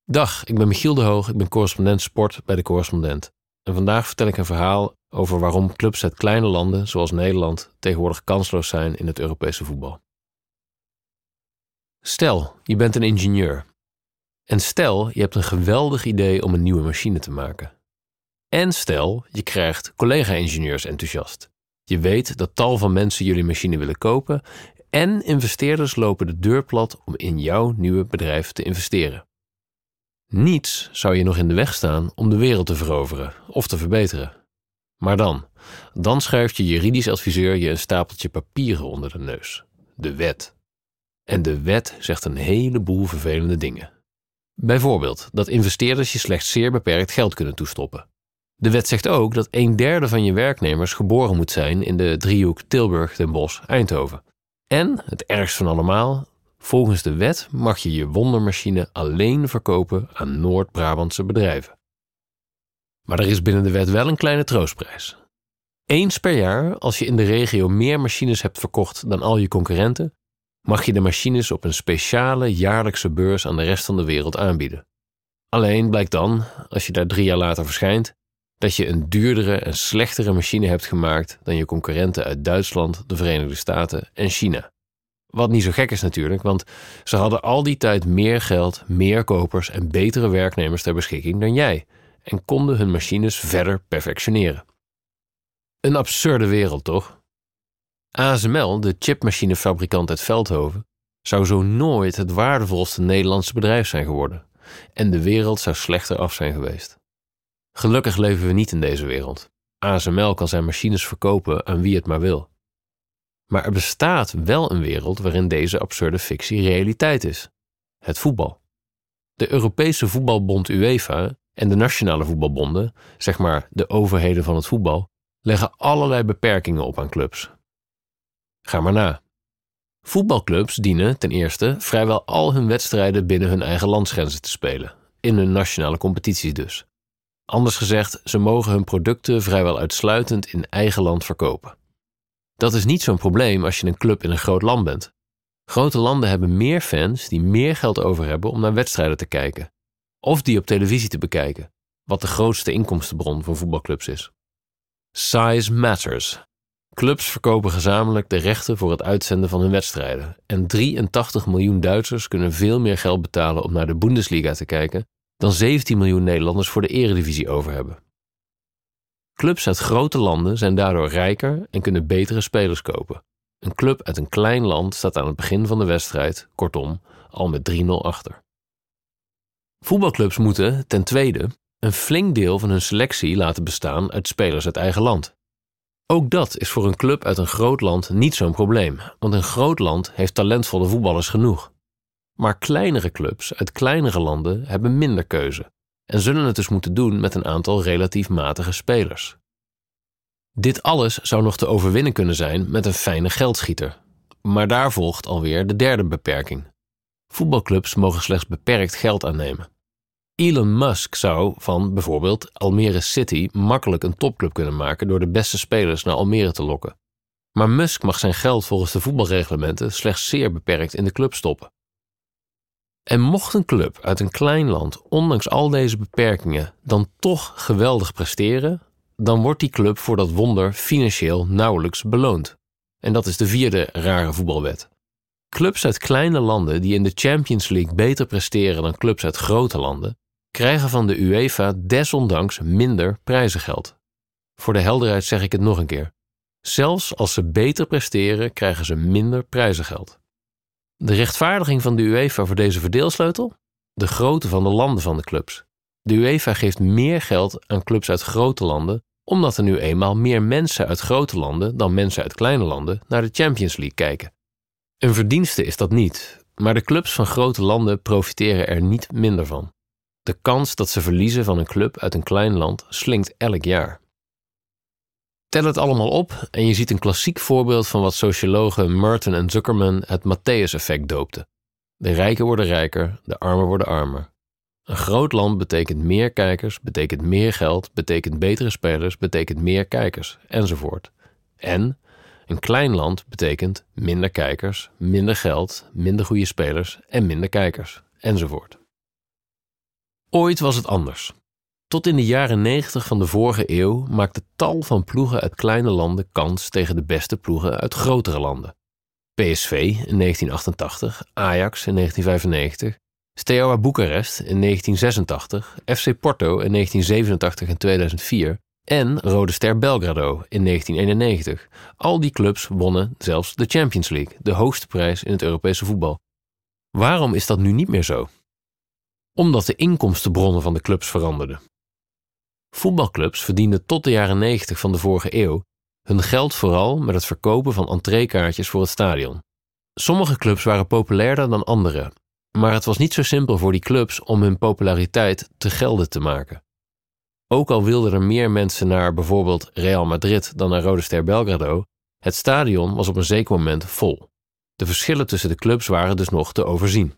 Dag, ik ben Michiel de Hoog, ik ben correspondent sport bij De Correspondent. En vandaag vertel ik een verhaal over waarom clubs uit kleine landen, zoals Nederland, tegenwoordig kansloos zijn in het Europese voetbal. Stel, je bent een ingenieur. En stel, je hebt een geweldig idee om een nieuwe machine te maken. En stel, je krijgt collega-ingenieurs enthousiast. Je weet dat tal van mensen jullie machine willen kopen en investeerders lopen de deur plat om in jouw nieuwe bedrijf te investeren. Niets zou je nog in de weg staan om de wereld te veroveren of te verbeteren. Maar dan schuift je juridisch adviseur je een stapeltje papieren onder de neus. De wet. En de wet zegt een heleboel vervelende dingen. Bijvoorbeeld dat investeerders je slechts zeer beperkt geld kunnen toestoppen. De wet zegt ook dat 1/3 van je werknemers geboren moet zijn in de driehoek Tilburg, Den Bosch, Eindhoven. En, het ergst van allemaal, volgens de wet mag je je wondermachine alleen verkopen aan Noord-Brabantse bedrijven. Maar er is binnen de wet wel een kleine troostprijs. Eens per jaar, als je in de regio meer machines hebt verkocht dan al je concurrenten, mag je de machines op een speciale jaarlijkse beurs aan de rest van de wereld aanbieden. Alleen blijkt dan, als je daar 3 jaar later verschijnt, dat je een duurdere en slechtere machine hebt gemaakt dan je concurrenten uit Duitsland, de Verenigde Staten en China. Wat niet zo gek is natuurlijk, want ze hadden al die tijd meer geld, meer kopers en betere werknemers ter beschikking dan jij en konden hun machines verder perfectioneren. Een absurde wereld, toch? ASML, de chipmachinefabrikant uit Veldhoven, zou zo nooit het waardevolste Nederlandse bedrijf zijn geworden en de wereld zou slechter af zijn geweest. Gelukkig leven we niet in deze wereld. ASML kan zijn machines verkopen aan wie het maar wil. Maar er bestaat wel een wereld waarin deze absurde fictie realiteit is. Het voetbal. De Europese voetbalbond UEFA en de nationale voetbalbonden, zeg maar de overheden van het voetbal, leggen allerlei beperkingen op aan clubs. Ga maar na. Voetbalclubs dienen ten eerste vrijwel al hun wedstrijden binnen hun eigen landsgrenzen te spelen, in hun nationale competities dus. Anders gezegd, ze mogen hun producten vrijwel uitsluitend in eigen land verkopen. Dat is niet zo'n probleem als je een club in een groot land bent. Grote landen hebben meer fans die meer geld over hebben om naar wedstrijden te kijken. Of die op televisie te bekijken, wat de grootste inkomstenbron van voetbalclubs is. Size matters. Clubs verkopen gezamenlijk de rechten voor het uitzenden van hun wedstrijden. En 83 miljoen Duitsers kunnen veel meer geld betalen om naar de Bundesliga te kijken dan 17 miljoen Nederlanders voor de Eredivisie over hebben. Clubs uit grote landen zijn daardoor rijker en kunnen betere spelers kopen. Een club uit een klein land staat aan het begin van de wedstrijd, kortom, al met 3-0 achter. Voetbalclubs moeten, ten tweede, een flink deel van hun selectie laten bestaan uit spelers uit eigen land. Ook dat is voor een club uit een groot land niet zo'n probleem, want een groot land heeft talentvolle voetballers genoeg. Maar kleinere clubs uit kleinere landen hebben minder keuze en zullen het dus moeten doen met een aantal relatief matige spelers. Dit alles zou nog te overwinnen kunnen zijn met een fijne geldschieter. Maar daar volgt alweer de derde beperking. Voetbalclubs mogen slechts beperkt geld aannemen. Elon Musk zou van bijvoorbeeld Almere City makkelijk een topclub kunnen maken door de beste spelers naar Almere te lokken. Maar Musk mag zijn geld volgens de voetbalreglementen slechts zeer beperkt in de club stoppen. En mocht een club uit een klein land ondanks al deze beperkingen dan toch geweldig presteren, dan wordt die club voor dat wonder financieel nauwelijks beloond. En dat is de vierde rare voetbalwet. Clubs uit kleine landen die in de Champions League beter presteren dan clubs uit grote landen, krijgen van de UEFA desondanks minder prijzengeld. Voor de helderheid zeg ik het nog een keer. Zelfs als ze beter presteren, krijgen ze minder prijzengeld. De rechtvaardiging van de UEFA voor deze verdeelsleutel? De grootte van de landen van de clubs. De UEFA geeft meer geld aan clubs uit grote landen, omdat er nu eenmaal meer mensen uit grote landen dan mensen uit kleine landen naar de Champions League kijken. Een verdienste is dat niet, maar de clubs van grote landen profiteren er niet minder van. De kans dat ze verliezen van een club uit een klein land slinkt elk jaar. Tel het allemaal op en je ziet een klassiek voorbeeld van wat sociologen Merton en Zuckerman het Matthäus-effect doopten. De rijken worden rijker, de armen worden armer. Een groot land betekent meer kijkers, betekent meer geld, betekent betere spelers, betekent meer kijkers, enzovoort. En een klein land betekent minder kijkers, minder geld, minder goede spelers en minder kijkers, enzovoort. Ooit was het anders. Tot in de jaren 90 van de vorige eeuw maakte tal van ploegen uit kleine landen kans tegen de beste ploegen uit grotere landen. PSV in 1988, Ajax in 1995, Steaua Boekarest in 1986, FC Porto in 1987 en 2004 en Rode Ster Belgrado in 1991. Al die clubs wonnen zelfs de Champions League, de hoogste prijs in het Europese voetbal. Waarom is dat nu niet meer zo? Omdat de inkomstenbronnen van de clubs veranderden. Voetbalclubs verdienden tot de jaren 90 van de vorige eeuw hun geld vooral met het verkopen van entreekaartjes voor het stadion. Sommige clubs waren populairder dan andere, maar het was niet zo simpel voor die clubs om hun populariteit te gelden te maken. Ook al wilden er meer mensen naar bijvoorbeeld Real Madrid dan naar Rode Ster Belgrado, het stadion was op een zeker moment vol. De verschillen tussen de clubs waren dus nog te overzien.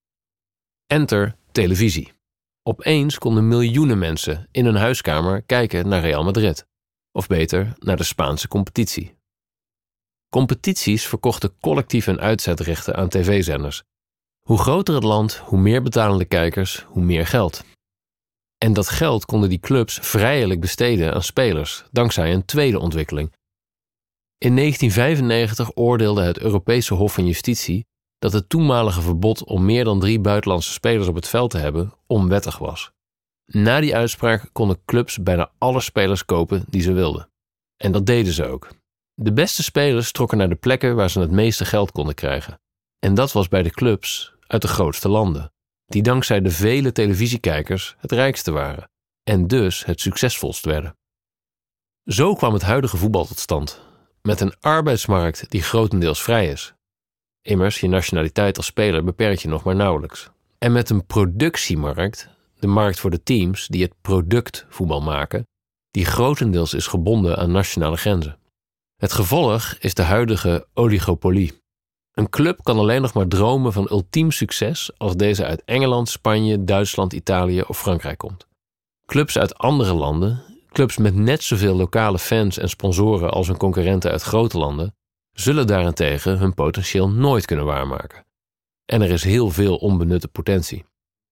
Enter televisie. Opeens konden miljoenen mensen in hun huiskamer kijken naar Real Madrid. Of beter, naar de Spaanse competitie. Competities verkochten collectief hun uitzetrechten aan tv-zenders. Hoe groter het land, hoe meer betalende kijkers, hoe meer geld. En dat geld konden die clubs vrijelijk besteden aan spelers, dankzij een tweede ontwikkeling. In 1995 oordeelde het Europese Hof van Justitie dat het toenmalige verbod om meer dan 3 buitenlandse spelers op het veld te hebben onwettig was. Na die uitspraak konden clubs bijna alle spelers kopen die ze wilden. En dat deden ze ook. De beste spelers trokken naar de plekken waar ze het meeste geld konden krijgen. En dat was bij de clubs uit de grootste landen, die dankzij de vele televisiekijkers het rijkste waren en dus het succesvolst werden. Zo kwam het huidige voetbal tot stand, met een arbeidsmarkt die grotendeels vrij is. Immers, je nationaliteit als speler beperkt je nog maar nauwelijks. En met een productiemarkt, de markt voor de teams die het product voetbal maken, die grotendeels is gebonden aan nationale grenzen. Het gevolg is de huidige oligopolie. Een club kan alleen nog maar dromen van ultiem succes als deze uit Engeland, Spanje, Duitsland, Italië of Frankrijk komt. Clubs uit andere landen, clubs met net zoveel lokale fans en sponsoren als hun concurrenten uit grote landen, zullen daarentegen hun potentieel nooit kunnen waarmaken. En er is heel veel onbenutte potentie.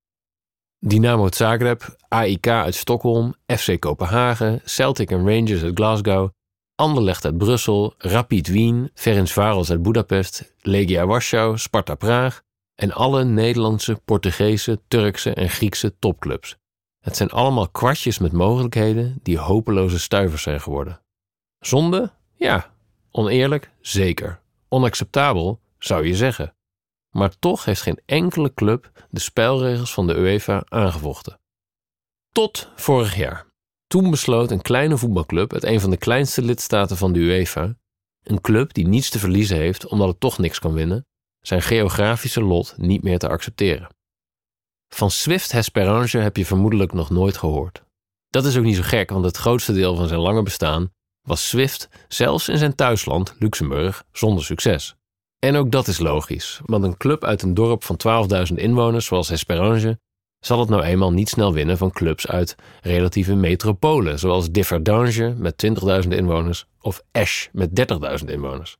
Dynamo Zagreb, AIK uit Stockholm, FC Kopenhagen, Celtic en Rangers uit Glasgow, Anderlecht uit Brussel, Rapid Wien, Ferencváros uit Budapest, Legia Warschau, Sparta Praag en alle Nederlandse, Portugese, Turkse en Griekse topclubs. Het zijn allemaal kwartjes met mogelijkheden die hopeloze stuivers zijn geworden. Zonde? Ja. Oneerlijk? Zeker. Onacceptabel? Zou je zeggen. Maar toch heeft geen enkele club de spelregels van de UEFA aangevochten. Tot vorig jaar. Toen besloot een kleine voetbalclub uit een van de kleinste lidstaten van de UEFA, een club die niets te verliezen heeft omdat het toch niks kan winnen, zijn geografische lot niet meer te accepteren. Van Swift Esperange heb je vermoedelijk nog nooit gehoord. Dat is ook niet zo gek, want het grootste deel van zijn lange bestaan was Swift zelfs in zijn thuisland, Luxemburg, zonder succes. En ook dat is logisch, want een club uit een dorp van 12.000 inwoners zoals Esperange zal het nou eenmaal niet snel winnen van clubs uit relatieve metropolen, zoals Differdange met 20.000 inwoners of Esch met 30.000 inwoners.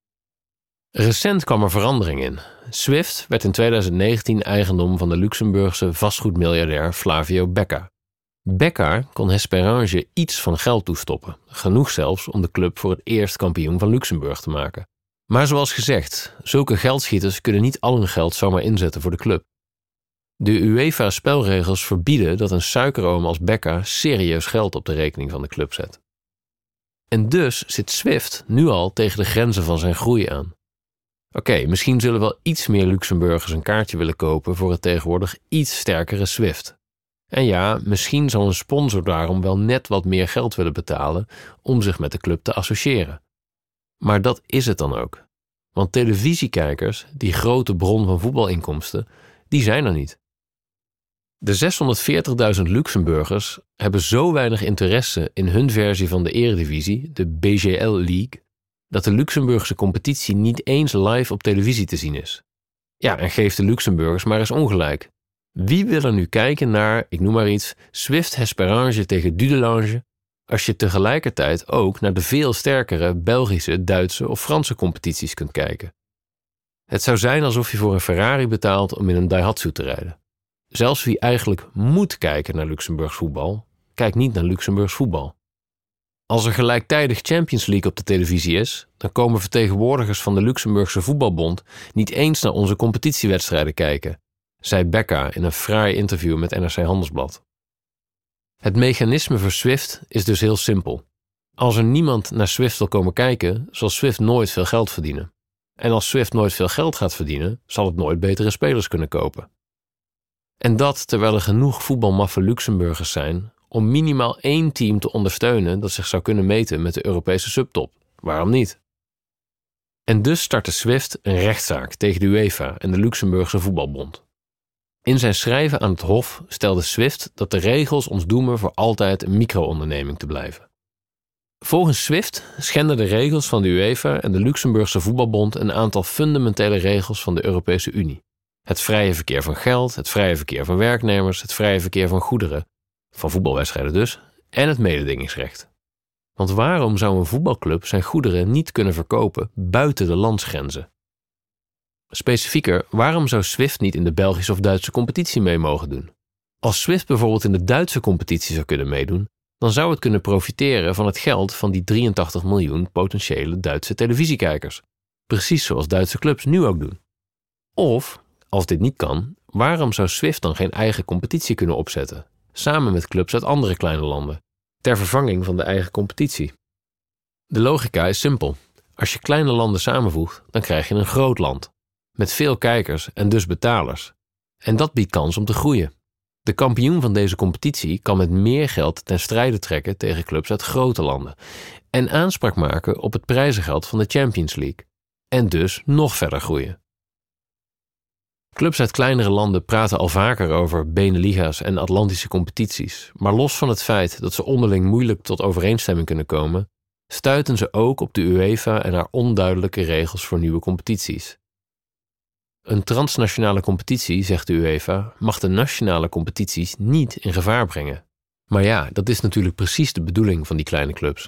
Recent kwam er verandering in. Swift werd in 2019 eigendom van de Luxemburgse vastgoedmiljardair Flavio Becca. Becca kon Esperange iets van geld toestoppen, genoeg zelfs om de club voor het eerst kampioen van Luxemburg te maken. Maar zoals gezegd, zulke geldschieters kunnen niet al hun geld zomaar inzetten voor de club. De UEFA-spelregels verbieden dat een suikeroom als Becca serieus geld op de rekening van de club zet. En dus zit Swift nu al tegen de grenzen van zijn groei aan. Oké, misschien zullen wel iets meer Luxemburgers een kaartje willen kopen voor het tegenwoordig iets sterkere Swift. En ja, misschien zal een sponsor daarom wel net wat meer geld willen betalen om zich met de club te associëren. Maar dat is het dan ook. Want televisiekijkers, die grote bron van voetbalinkomsten, die zijn er niet. De 640.000 Luxemburgers hebben zo weinig interesse in hun versie van de eredivisie, de BGL League, dat de Luxemburgse competitie niet eens live op televisie te zien is. Ja, en geef de Luxemburgers maar eens ongelijk. Wie wil er nu kijken naar, ik noem maar iets, Swift Esperange tegen Dudelange, als je tegelijkertijd ook naar de veel sterkere Belgische, Duitse of Franse competities kunt kijken? Het zou zijn alsof je voor een Ferrari betaalt om in een Daihatsu te rijden. zelfs wie eigenlijk moet kijken naar Luxemburgs voetbal, kijkt niet naar Luxemburgs voetbal. Als er gelijktijdig Champions League op de televisie is, dan komen vertegenwoordigers van de Luxemburgse voetbalbond niet eens naar onze competitiewedstrijden kijken, zei Becca in een fraai interview met NRC Handelsblad. Het mechanisme voor Swift is dus heel simpel. Als er niemand naar Swift wil komen kijken, zal Swift nooit veel geld verdienen. En als Swift nooit veel geld gaat verdienen, zal het nooit betere spelers kunnen kopen. En dat terwijl er genoeg voetbalmaffe Luxemburgers zijn om minimaal 1 team te ondersteunen dat zich zou kunnen meten met de Europese subtop. Waarom niet? En dus startte Swift een rechtszaak tegen de UEFA en de Luxemburgse voetbalbond. In zijn schrijven aan het Hof stelde Swift dat de regels ons doemen voor altijd een micro-onderneming te blijven. Volgens Swift schenden de regels van de UEFA en de Luxemburgse voetbalbond een aantal fundamentele regels van de Europese Unie. Het vrije verkeer van geld, het vrije verkeer van werknemers, het vrije verkeer van goederen, van voetbalwedstrijden dus, en het mededingingsrecht. Want waarom zou een voetbalclub zijn goederen niet kunnen verkopen buiten de landsgrenzen? Specifieker, waarom zou Swift niet in de Belgische of Duitse competitie mee mogen doen? Als Swift bijvoorbeeld in de Duitse competitie zou kunnen meedoen, dan zou het kunnen profiteren van het geld van die 83 miljoen potentiële Duitse televisiekijkers. Precies zoals Duitse clubs nu ook doen. Of, als dit niet kan, waarom zou Swift dan geen eigen competitie kunnen opzetten, samen met clubs uit andere kleine landen, ter vervanging van de eigen competitie? De logica is simpel. Als je kleine landen samenvoegt, dan krijg je een groot land, met veel kijkers en dus betalers. En dat biedt kans om te groeien. De kampioen van deze competitie kan met meer geld ten strijde trekken tegen clubs uit grote landen en aanspraak maken op het prijzengeld van de Champions League. En dus nog verder groeien. Clubs uit kleinere landen praten al vaker over Beneliga's en Atlantische competities, maar los van het feit dat ze onderling moeilijk tot overeenstemming kunnen komen, stuiten ze ook op de UEFA en haar onduidelijke regels voor nieuwe competities. Een transnationale competitie, zegt de UEFA, mag de nationale competities niet in gevaar brengen. Maar ja, dat is natuurlijk precies de bedoeling van die kleine clubs.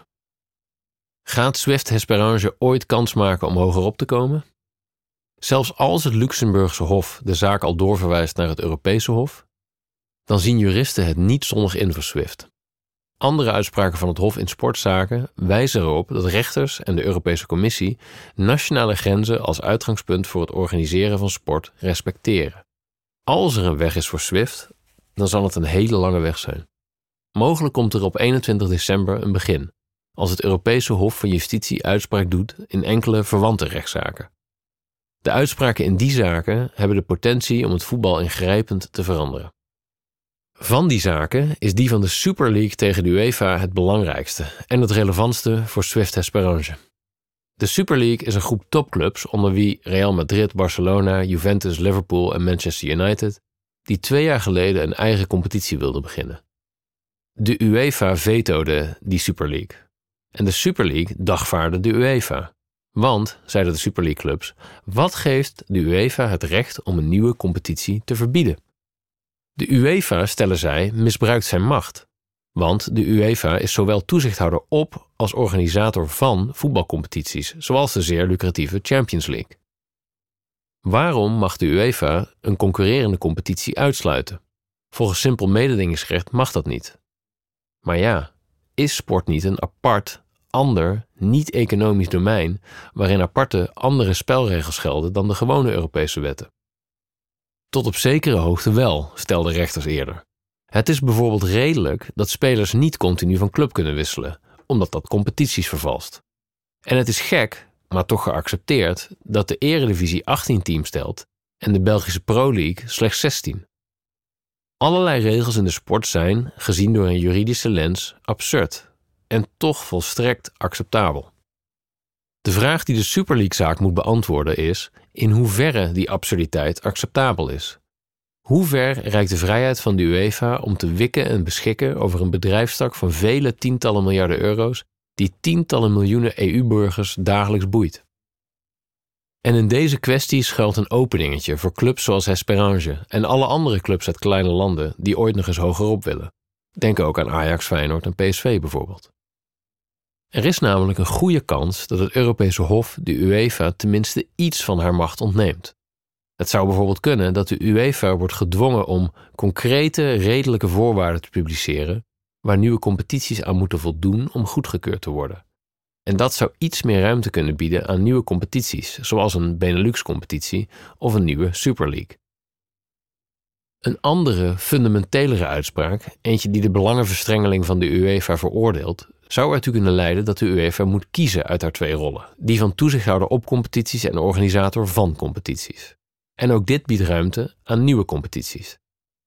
Gaat Swift Esperange ooit kans maken om hogerop te komen? Zelfs als het Luxemburgse Hof de zaak al doorverwijst naar het Europese Hof, dan zien juristen het niet zonnig in voor Swift. Andere uitspraken van het Hof in sportzaken wijzen erop dat rechters en de Europese Commissie nationale grenzen als uitgangspunt voor het organiseren van sport respecteren. Als er een weg is voor Swift, dan zal het een hele lange weg zijn. Mogelijk komt er op 21 december een begin, als het Europese Hof van Justitie uitspraak doet in enkele verwante rechtszaken. De uitspraken in die zaken hebben de potentie om het voetbal ingrijpend te veranderen. Van die zaken is die van de Super League tegen de UEFA het belangrijkste en het relevantste voor Swift Esperange. De Super League is een groep topclubs onder wie Real Madrid, Barcelona, Juventus, Liverpool en Manchester United, die 2 jaar geleden een eigen competitie wilden beginnen. De UEFA vetoode die Super League. En de Super League dagvaardde de UEFA. Want, zeiden de Super League clubs, wat geeft de UEFA het recht om een nieuwe competitie te verbieden? De UEFA, stellen zij, misbruikt zijn macht. Want de UEFA is zowel toezichthouder op als organisator van voetbalcompetities, zoals de zeer lucratieve Champions League. Waarom mag de UEFA een concurrerende competitie uitsluiten? Volgens simpel mededingingsrecht mag dat niet. Maar ja, is sport niet een apart, ander, niet-economisch domein waarin aparte, andere spelregels gelden dan de gewone Europese wetten? Tot op zekere hoogte wel, stelden rechters eerder. Het is bijvoorbeeld redelijk dat spelers niet continu van club kunnen wisselen, omdat dat competities vervalst. En het is gek, maar toch geaccepteerd, dat de Eredivisie 18 teams telt en de Belgische Pro League slechts 16. Allerlei regels in de sport zijn, gezien door een juridische lens, absurd en toch volstrekt acceptabel. De vraag die de Super League-zaak moet beantwoorden is in hoeverre die absurditeit acceptabel is. Hoe ver reikt de vrijheid van de UEFA om te wikken en beschikken over een bedrijfstak van vele tientallen miljarden euro's die tientallen miljoenen EU-burgers dagelijks boeit? En in deze kwestie schuilt een openingetje voor clubs zoals Esperange en alle andere clubs uit kleine landen die ooit nog eens hogerop willen. Denk ook aan Ajax, Feyenoord en PSV bijvoorbeeld. Er is namelijk een goede kans dat het Europese Hof de UEFA tenminste iets van haar macht ontneemt. Het zou bijvoorbeeld kunnen dat de UEFA wordt gedwongen om concrete, redelijke voorwaarden te publiceren waar nieuwe competities aan moeten voldoen om goedgekeurd te worden. En dat zou iets meer ruimte kunnen bieden aan nieuwe competities, zoals een Benelux-competitie of een nieuwe Super League. Een andere, fundamentelere uitspraak, eentje die de belangenverstrengeling van de UEFA veroordeelt, zou ertoe kunnen leiden dat de UEFA moet kiezen uit haar twee rollen, die van toezichthouder op competities en organisator van competities. En ook dit biedt ruimte aan nieuwe competities.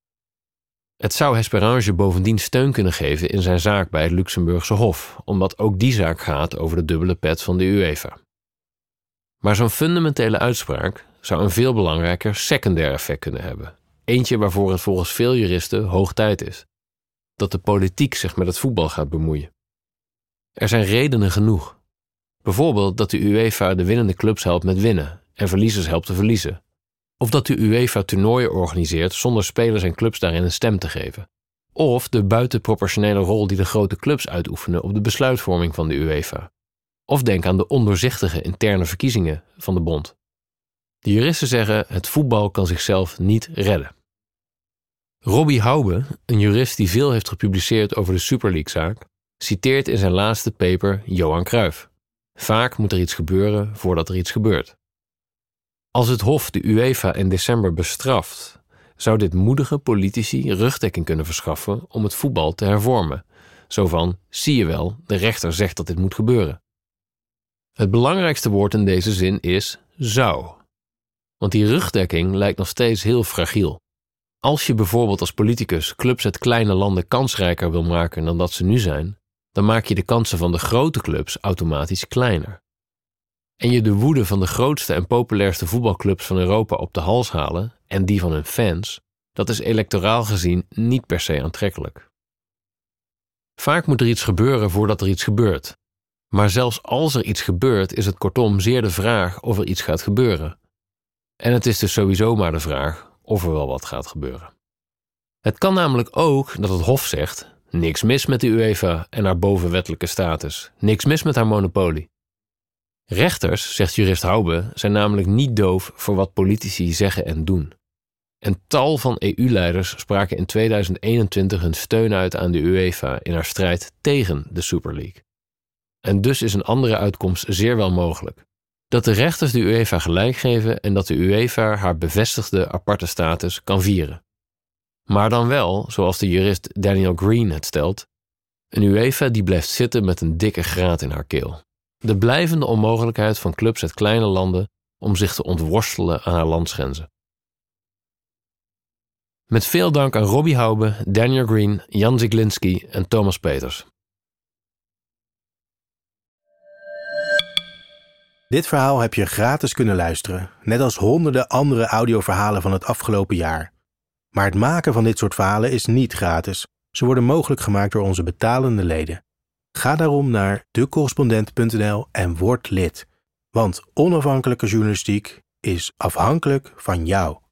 Het zou Hesperange bovendien steun kunnen geven in zijn zaak bij het Luxemburgse Hof, omdat ook die zaak gaat over de dubbele pet van de UEFA. Maar zo'n fundamentele uitspraak zou een veel belangrijker secundair effect kunnen hebben. Eentje waarvoor het volgens veel juristen hoog tijd is. Dat de politiek zich met het voetbal gaat bemoeien. Er zijn redenen genoeg. Bijvoorbeeld dat de UEFA de winnende clubs helpt met winnen en verliezers helpt te verliezen. Of dat de UEFA toernooien organiseert zonder spelers en clubs daarin een stem te geven. Of de buitenproportionele rol die de grote clubs uitoefenen op de besluitvorming van de UEFA. Of denk aan de ondoorzichtige interne verkiezingen van de bond. De juristen zeggen het voetbal kan zichzelf niet redden. Robbie Haube, een jurist die veel heeft gepubliceerd over de Super League-zaak, citeert in zijn laatste paper Johan Cruijff. Vaak moet er iets gebeuren voordat er iets gebeurt. Als het Hof de UEFA in december bestraft, zou dit moedige politici rugdekking kunnen verschaffen om het voetbal te hervormen. Zo van, zie je wel, de rechter zegt dat dit moet gebeuren. Het belangrijkste woord in deze zin is zou. Want die rugdekking lijkt nog steeds heel fragiel. Als je bijvoorbeeld als politicus clubs uit kleine landen kansrijker wil maken dan dat ze nu zijn, dan maak je de kansen van de grote clubs automatisch kleiner. En je de woede van de grootste en populairste voetbalclubs van Europa op de hals halen, en die van hun fans, dat is electoraal gezien niet per se aantrekkelijk. Vaak moet er iets gebeuren voordat er iets gebeurt. Maar zelfs als er iets gebeurt, is het kortom zeer de vraag of er iets gaat gebeuren. En het is dus sowieso maar de vraag of er wel wat gaat gebeuren. Het kan namelijk ook dat het Hof zegt, niks mis met de UEFA en haar bovenwettelijke status, niks mis met haar monopolie. Rechters, zegt jurist Haube, zijn namelijk niet doof voor wat politici zeggen en doen. En tal van EU-leiders spraken in 2021 hun steun uit aan de UEFA in haar strijd tegen de Super League. En dus is een andere uitkomst zeer wel mogelijk. Dat de rechters de UEFA gelijk geven en dat de UEFA haar bevestigde aparte status kan vieren. Maar dan wel, zoals de jurist Daniel Green het stelt, een UEFA die blijft zitten met een dikke graat in haar keel. De blijvende onmogelijkheid van clubs uit kleine landen om zich te ontworstelen aan haar landsgrenzen. Met veel dank aan Robbie Haube, Daniel Green, Jan Ziglinski en Thomas Peters. Dit verhaal heb je gratis kunnen luisteren, net als honderden andere audioverhalen van het afgelopen jaar. Maar het maken van dit soort verhalen is niet gratis. Ze worden mogelijk gemaakt door onze betalende leden. Ga daarom naar decorrespondent.nl en word lid. Want onafhankelijke journalistiek is afhankelijk van jou.